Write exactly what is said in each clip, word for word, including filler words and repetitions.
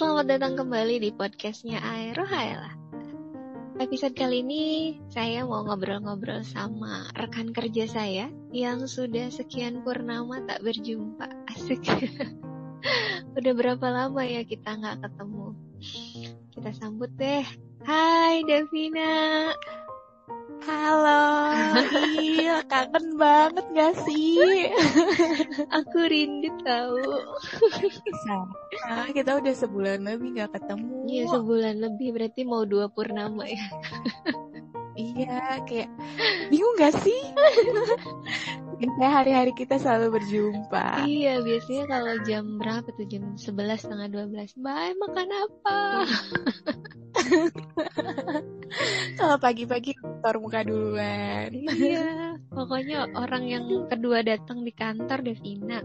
selamat datang kembali di podcastnya Aerohaela. Episode kali ini saya mau ngobrol-ngobrol sama rekan kerja saya yang sudah sekian purnama tak berjumpa. Asik. Udah berapa lama ya kita gak ketemu. Kita sambut deh. Hai Davina. Halo, iya kangen banget gak sih? Aku rindu tahu. Sama, kita udah sebulan lebih gak ketemu. Iya sebulan lebih, berarti mau dua purnama ya. Iya, kayak bingung gak sih? Kayak hari-hari kita selalu berjumpa. Iya, biasanya kalau jam berapa tuh? Jam sebelas setengah dua belas. Bye, makan apa? Kalau pagi-pagi keluar muka duluan. Iya, pokoknya orang yang kedua datang di kantor Devina.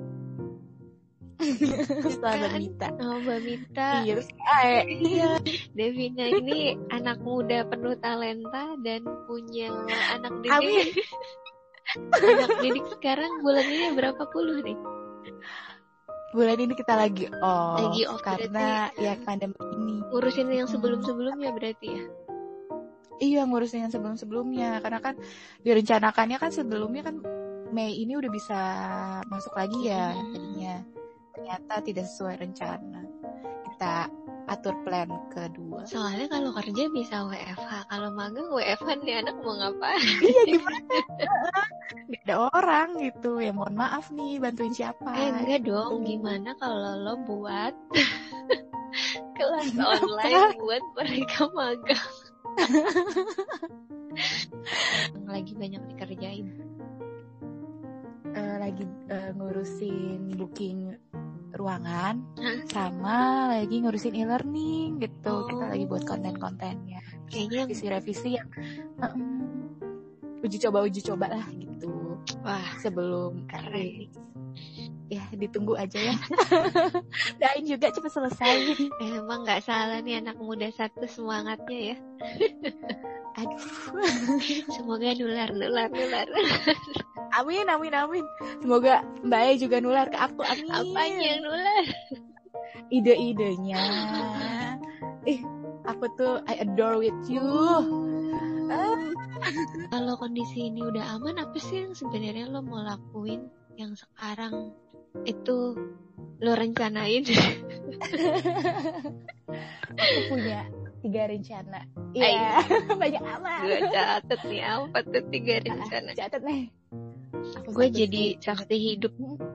Setelah Mbak Mita. Oh, Mbak Mita. Iya, eh. Iya. Devina ini anak muda penuh talenta dan punya anak didik. Anak didik sekarang bulan ini berapa puluh nih? Bulan ini kita lagi off, lagi off karena berarti, ya pandemi ini. Ngurusin yang sebelum-sebelumnya berarti ya? Iya, ngurusin yang sebelum-sebelumnya. Karena kan direncanakannya kan sebelumnya kan Mei ini udah bisa masuk lagi ya hmm. tadinya. Ternyata tidak sesuai rencana. Kita atur plan kedua. Soalnya kalau kerja bisa W F H, kalau magang W F H nih anak mau ngapain? Iya gimana? Gak ada orang gitu. Ya mohon maaf nih, bantuin siapa? Eh enggak dong, gimana kalau lo buat kelas online buat mereka magang? Lagi banyak dikerjain. Uh, lagi uh, ngurusin booking ruangan, Hah? sama lagi ngurusin e-learning gitu. Oh. Kita lagi buat konten-kontennya. Kayaknya revisi-revisi yang um, uji coba uji coba lah gitu. Wah, sebelum keren. Ya ditunggu aja ya. Doain juga cepat selesai. Eh, emang nggak salah nih anak muda satu semangatnya ya. Aduh. Semoga nular nular nular. Amin amin amin. Semoga Mbak E juga nular ke aku. Amin. Apanya yang nular? Ide-idenya. Ih, aku tuh I adore with you. Uh. Kalau kondisi ini udah aman, apa sih yang sebenarnya lo mau lakuin yang sekarang itu lo rencanain? Aku punya tiga rencana. Iya, banyak amat. Gue catet nih, apa tuh tiga rencana? Catet nih. Gue jadi saksi hidup.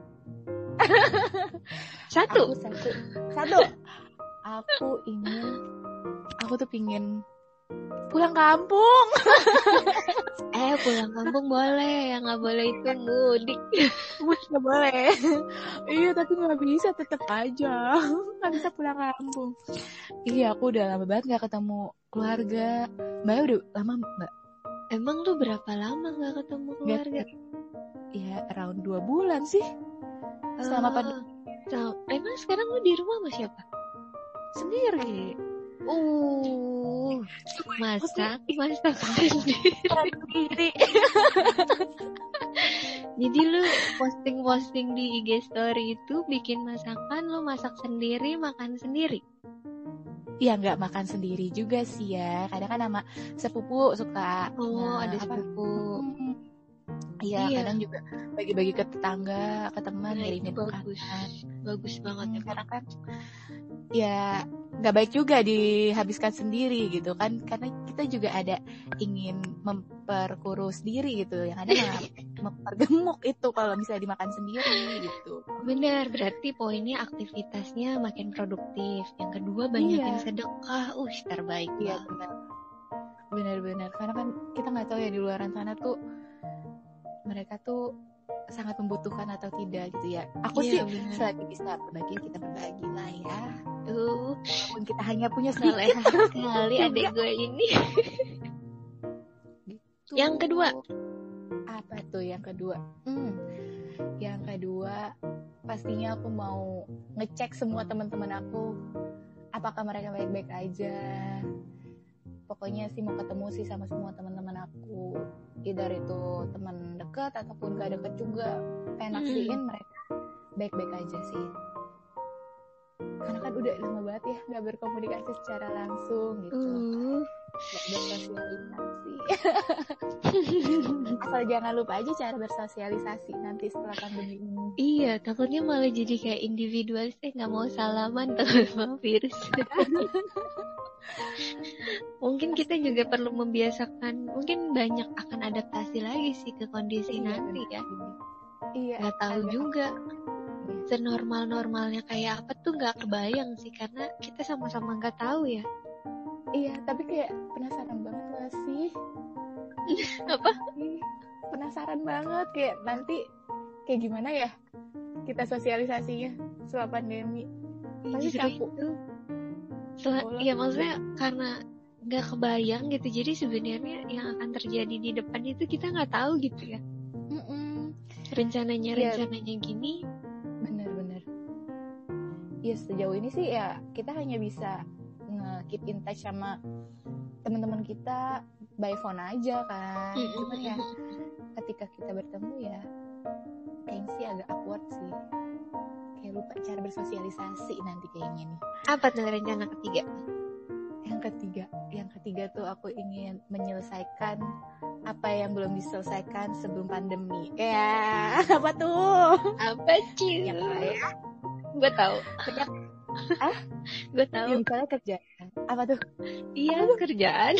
Satu. Aku satu. Satu. Aku ingin, aku tuh pingin pulang kampung. Eh pulang kampung boleh, yang nggak boleh itu mudik. Mudik nggak boleh. Iya tapi nggak bisa, tetap aja nggak bisa pulang kampung. Iya aku udah lama banget nggak ketemu keluarga. Mbak udah lama Mbak? Emang lu berapa lama nggak ketemu keluarga? Gak, ya around dua bulan sih. Selama uh, pandemi. So, emang sekarang lu di rumah sama siapa? Sendiri. Uh, masak, masak sendiri. Jadi lu posting-posting di I G story itu bikin masakan, lu masak sendiri, makan sendiri? Ya nggak makan sendiri juga sih ya. Kadang kan sama sepupu suka. Oh, nah, ada sepupu. Iya, iya, kadang juga bagi-bagi ke tetangga, ke teman, nah, ngirimin bagus, makanan. Bagus banget ya. Karena kan ya nggak baik juga dihabiskan sendiri gitu kan, karena kita juga ada ingin memperkurus diri gitu, yang ada malah mempergemuk itu kalau misalnya dimakan sendiri gitu. Benar, berarti poinnya aktivitasnya makin produktif. Yang kedua banyakin iya. sedekah, uh terbaik. Iya benar, benar-benar karena kan kita nggak tahu ya di luar sana tuh mereka tuh sangat membutuhkan atau tidak gitu ya. Aku iya, sih bener. Selagi bisa berbagi kita berbagi lah ya. Uh, walaupun kita hanya punya sedikit sekali adik gue ini. Gitu. Yang kedua, apa tuh yang kedua? Hmm, yang kedua pastinya aku mau ngecek semua teman-teman aku, apakah mereka baik-baik aja. Pokoknya sih mau ketemu sih sama semua teman-teman aku, either itu teman dekat ataupun gak dekat juga. Pengen pastiin hmm. mereka baik-baik aja sih. karena kan udah lama banget ya nggak berkomunikasi secara langsung gitu, Uh. nggak bersosialisasi. Asal jangan lupa aja cara bersosialisasi nanti setelah pandemi ini. Iya, takutnya malah jadi kayak individualis, eh nggak mau salaman takut sama virus. Mungkin kita juga perlu membiasakan, mungkin banyak akan adaptasi lagi sih ke kondisi Iya, nanti ya. Iya. Nggak tahu agak- juga senormal-normalnya kayak apa tuh nggak kebayang sih, karena kita sama-sama nggak tahu ya. Iya, tapi kayak penasaran banget gak sih? Apa? Ih, penasaran banget kayak nanti kayak gimana ya kita sosialisasinya setelah pandemi. Pasti Justru campur. itu. Sel- Allah. ya maksudnya karena nggak kebayang gitu, jadi sebenarnya yang akan terjadi di depan itu kita nggak tahu gitu ya. Mm-mm. Rencananya Iya. rencananya gini. Bener-bener. Ya sejauh ini sih ya kita hanya bisa nge-keep in touch sama teman-teman kita by phone aja kan. Mm-mm. Cuman ya ketika kita bertemu ya kayaknya sih agak awkward sih. Kayak lupa cara bersosialisasi nanti kayaknya nih. Apa tuh rencana ketiga? Yang ketiga, yang ketiga tuh aku ingin menyelesaikan apa yang belum diselesaikan sebelum pandemi. Ya, apa tuh? Apa sih? Yang kayak Gue tahu. banyak Ah? Gue tahu. yang misalnya kerjaan. Apa tuh? Iya, kerjaan.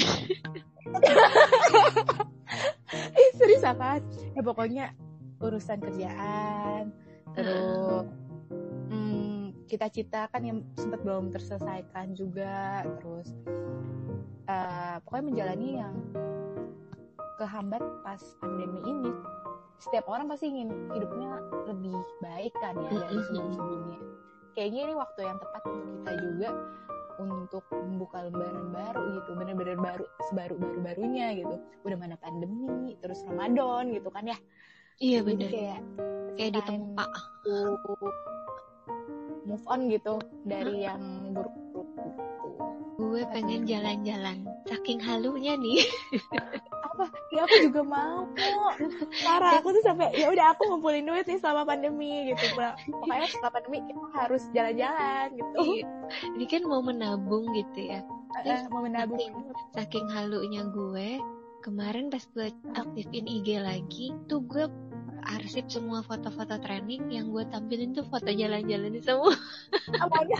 Ih, serius apaan? Ya pokoknya urusan kerjaan, terus hmm, cita-cita kan yang sempat belum terselesaikan juga, terus uh, pokoknya menjalani yang kehambat pas pandemi ini. Setiap orang pasti ingin hidupnya lebih baik kan ya dari sebelum-sebelumnya. Kayaknya ini waktu yang tepat untuk kita juga untuk membuka lembaran baru gitu, bener-bener baru, sebaru-baru-barunya gitu. Udah mana pandemi, terus Ramadan gitu kan ya. Iya Jadi benar. kayak Kayak time ditempa. to move on gitu dari yang buruk-buruk gitu. Gue pengen jalan-jalan. Saking halunya nih. Apa? Ya aku juga mau. Parah, aku tuh sampai ya udah aku ngumpulin duit nih selama pandemi gitu. Pokoknya setelah pandemi kita harus jalan-jalan gitu. Iya. Ini kan mau menabung gitu ya. Terus Uh, mau menabung. saking, saking halunya gue, kemarin pas gue aktifin I G lagi, tuh gue arsip semua foto-foto training yang gue tampilin tuh foto jalan-jalan semua. Apa aja?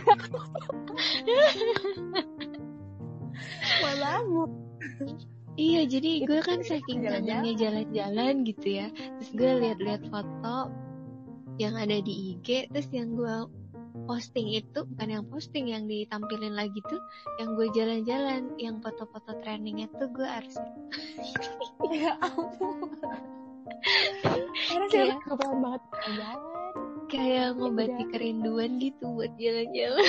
Mau nabung. Iya, jadi gue kan saking Jalan-jalan. kangennya jalan-jalan gitu ya. Terus gue lihat-lihat foto yang ada di I G, terus yang gue posting itu bukan yang posting, yang ditampilin lagi tuh yang gue jalan-jalan, yang foto-foto trainingnya tuh gue arsip. Ya ampun. Karena sih aku kepengen banget jalan. Kayak ngobati kerinduan gitu buat jalan-jalan.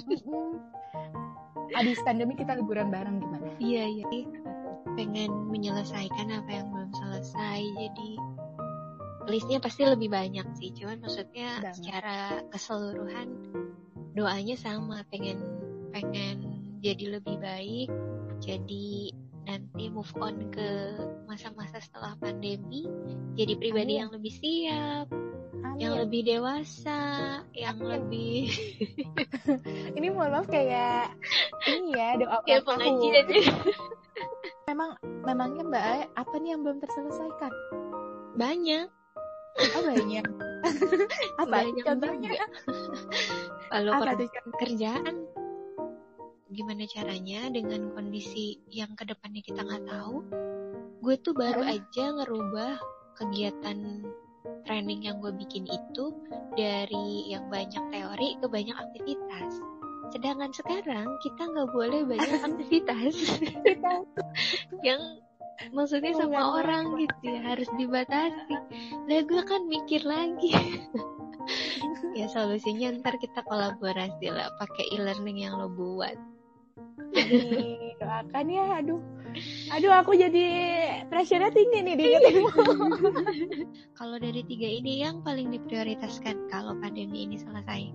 Abis pandemi kita liburan bareng gimana? Iya, iya. Pengen menyelesaikan apa yang belum selesai, jadi listnya pasti lebih banyak sih. Cuman maksudnya Banget. secara keseluruhan doanya sama, pengen pengen jadi lebih baik, jadi nanti move on ke masa-masa setelah pandemi, jadi pribadi Amin. yang lebih siap, Amin. yang lebih dewasa, yang Amin. lebih Ini mohon maaf kayak ini ya doa ya ulang pengajian. Memang memangnya Mbak Ae apa nih yang belum terselesaikan? Banyak. Oh banyak. Apa? Banyak Contohnya? banget. Kalau Apa ker- tuh contohnya? kerjaan, gimana caranya dengan kondisi yang kedepannya kita nggak tahu. Gue tuh baru Hmm. aja ngerubah kegiatan training yang gue bikin itu dari yang banyak teori ke banyak aktivitas. Sedangkan sekarang kita nggak boleh banyak aktivitas Kita yang maksudnya sama Mengganggu orang gitu ya, harus dibatasi. Lah gue kan mikir lagi. Ya solusinya ntar kita kolaborasi lah pakai e-learning yang lo buat. nih, doakan ya. Aduh, aduh aku jadi pressure-nya tinggi nih diingetin. Kalau dari tiga ini yang paling diprioritaskan kalau pandemi ini selesai?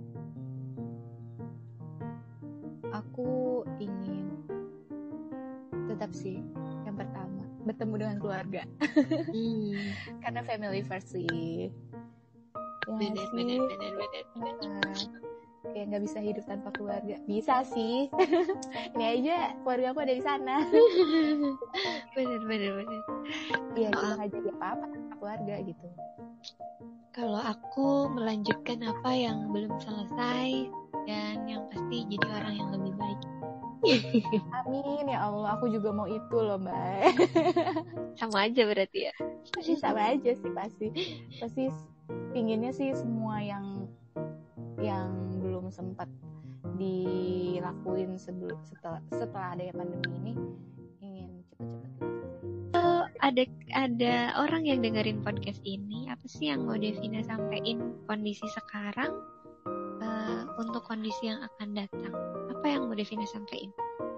Aku ingin tetap sih yang pertama bertemu dengan keluarga. Hmm. Karena family first sih. Ya Benar, sih. benar, benar, benar, benar. Nah, kayak nggak bisa hidup tanpa keluarga. Bisa sih. Ini aja keluarga aku ada di sana. Bener bener bener. Iya, kita nggak jadi apa-apa tanpa keluarga gitu. Kalau aku melanjutkan apa yang belum selesai dan yang pasti jadi orang yang lebih baik. Amin ya Allah, aku juga mau itu loh Mbak. Sama aja berarti ya. Sama aja sih pasti. Pasti pinginnya sih semua yang yang belum sempat dilakuin sebelum setelah setelah adanya pandemi ini ingin cepat-cepat. Oh, ada ada orang yang dengerin podcast ini, apa sih yang mau Devina sampein kondisi sekarang uh, untuk kondisi yang akan datang? Apa yang mau Devina sampein?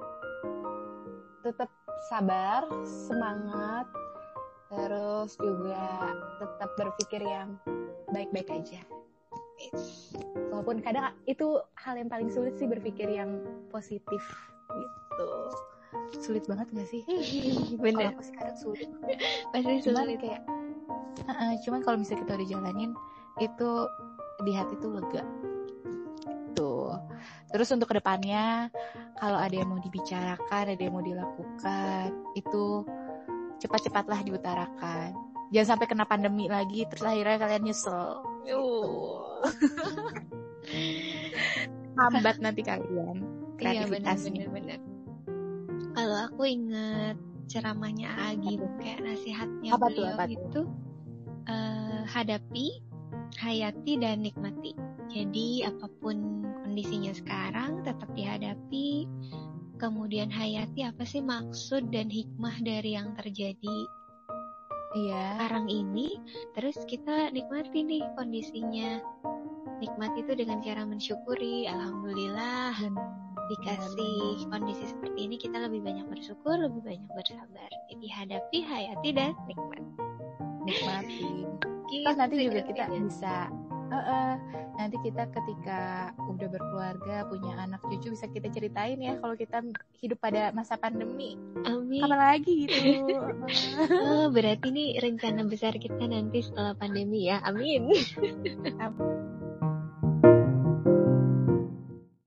Tetap sabar, semangat, terus juga tetap berpikir yang baik-baik aja. Walaupun kadang itu hal yang paling sulit sih, berpikir yang positif gitu. Sulit banget gak sih? Bener. Kalau aku sekarang sulit. Pasti Cuman sulit. kayak, uh, cuman kalau misalnya kita udah jalanin, itu di hati tuh lega. Tuh. Terus untuk kedepannya, kalau ada yang mau dibicarakan, ada yang mau dilakukan, itu cepat-cepatlah diutarakan. Jangan sampai kena pandemi lagi, terus akhirnya kalian nyesel. Oh. Hambat nanti kalian kreativitasnya. Iya benar-benar. Kalau aku ingat ceramahnya Agi, kayak nasihatnya Apa beliau tuh, apa itu uh, hadapi, hayati dan nikmati. Jadi apapun kondisinya sekarang tetap dihadapi, kemudian hayati apa sih maksud dan hikmah dari yang terjadi iya sekarang ini, terus kita nikmati nih kondisinya. Nikmati itu dengan cara mensyukuri, alhamdulillah dikasih kondisi seperti ini, kita lebih banyak bersyukur, lebih banyak bersabar. Jadi hadapi, hayati dan nikmati. Nikmati. Gitu, Toh nanti juga ya, kita ya. bisa uh, uh, nanti kita ketika udah berkeluarga, punya anak cucu, bisa kita ceritain ya kalau kita hidup pada masa pandemi. Amin. Kapan lagi gitu. Oh, berarti ini rencana besar kita nanti setelah pandemi ya. Amin. Amin.